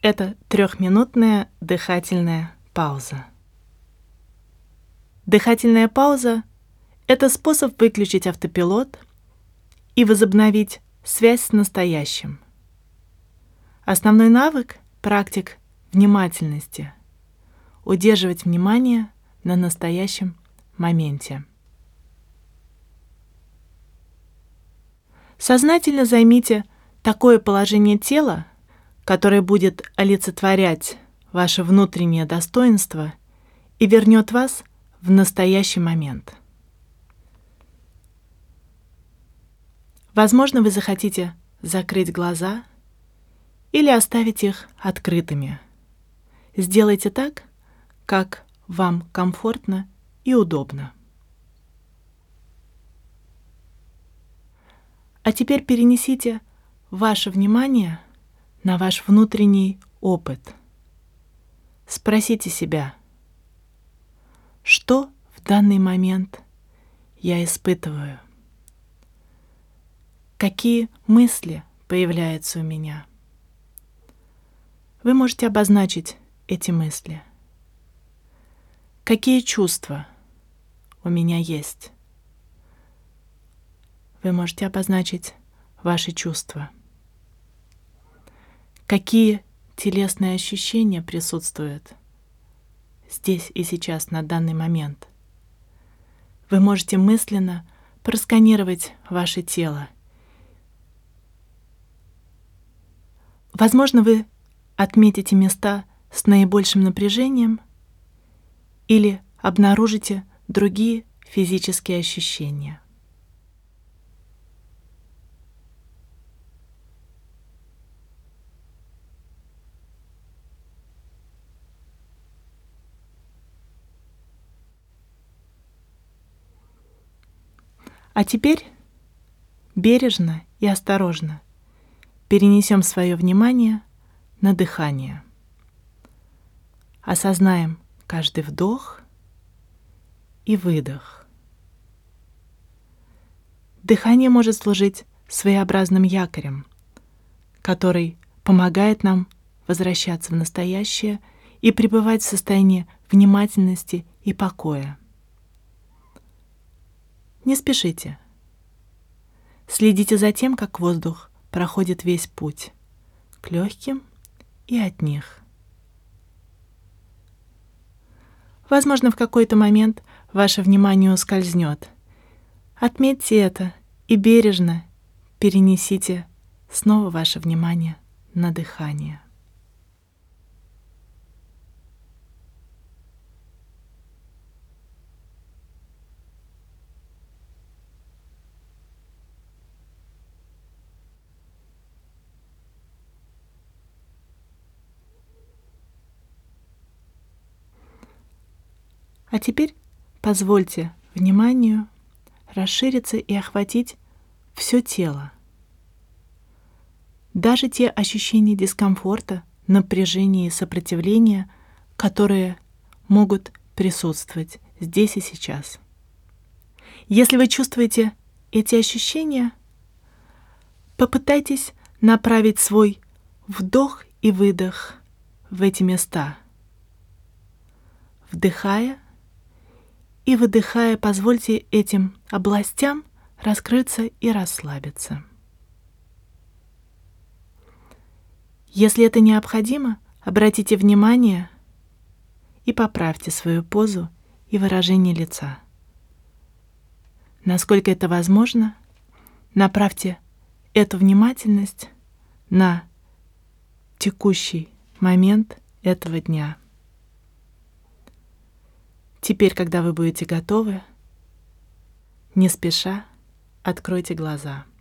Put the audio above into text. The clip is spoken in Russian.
Это 3-минутная дыхательная пауза. Дыхательная пауза — это способ выключить автопилот и возобновить связь с настоящим. Основной навык — практик внимательности. Удерживать внимание на настоящем моменте. Сознательно займите такое положение тела, которое будет олицетворять ваше внутреннее достоинство и вернет вас в настоящий момент. Возможно, вы захотите закрыть глаза или оставить их открытыми. Сделайте так, как вам комфортно и удобно. А теперь перенесите ваше внимание на ваш внутренний опыт. Спросите себя, что в данный момент я испытываю? Какие мысли появляются у меня? Вы можете обозначить эти мысли. Какие чувства у меня есть? Вы можете обозначить ваши чувства. Какие телесные ощущения присутствуют здесь и сейчас, на данный момент? Вы можете мысленно просканировать ваше тело. Возможно, вы отметите места с наибольшим напряжением или обнаружите другие физические ощущения. А теперь бережно и осторожно перенесем свое внимание на дыхание. Осознаем каждый вдох и выдох. Дыхание может служить своеобразным якорем, который помогает нам возвращаться в настоящее и пребывать в состоянии внимательности и покоя. Не спешите. Следите за тем, как воздух проходит весь путь к легким и от них. Возможно, в какой-то момент ваше внимание ускользнет. Отметьте это и бережно перенесите снова ваше внимание на дыхание. А теперь позвольте вниманию расшириться и охватить все тело. Даже те ощущения дискомфорта, напряжения и сопротивления, которые могут присутствовать здесь и сейчас. Если вы чувствуете эти ощущения, попытайтесь направить свой вдох и выдох в эти места. Вдыхая и выдыхая, позвольте этим областям раскрыться и расслабиться. Если это необходимо, обратите внимание и поправьте свою позу и выражение лица. Насколько это возможно, направьте эту внимательность на текущий момент этого дня. Теперь, когда вы будете готовы, не спеша откройте глаза.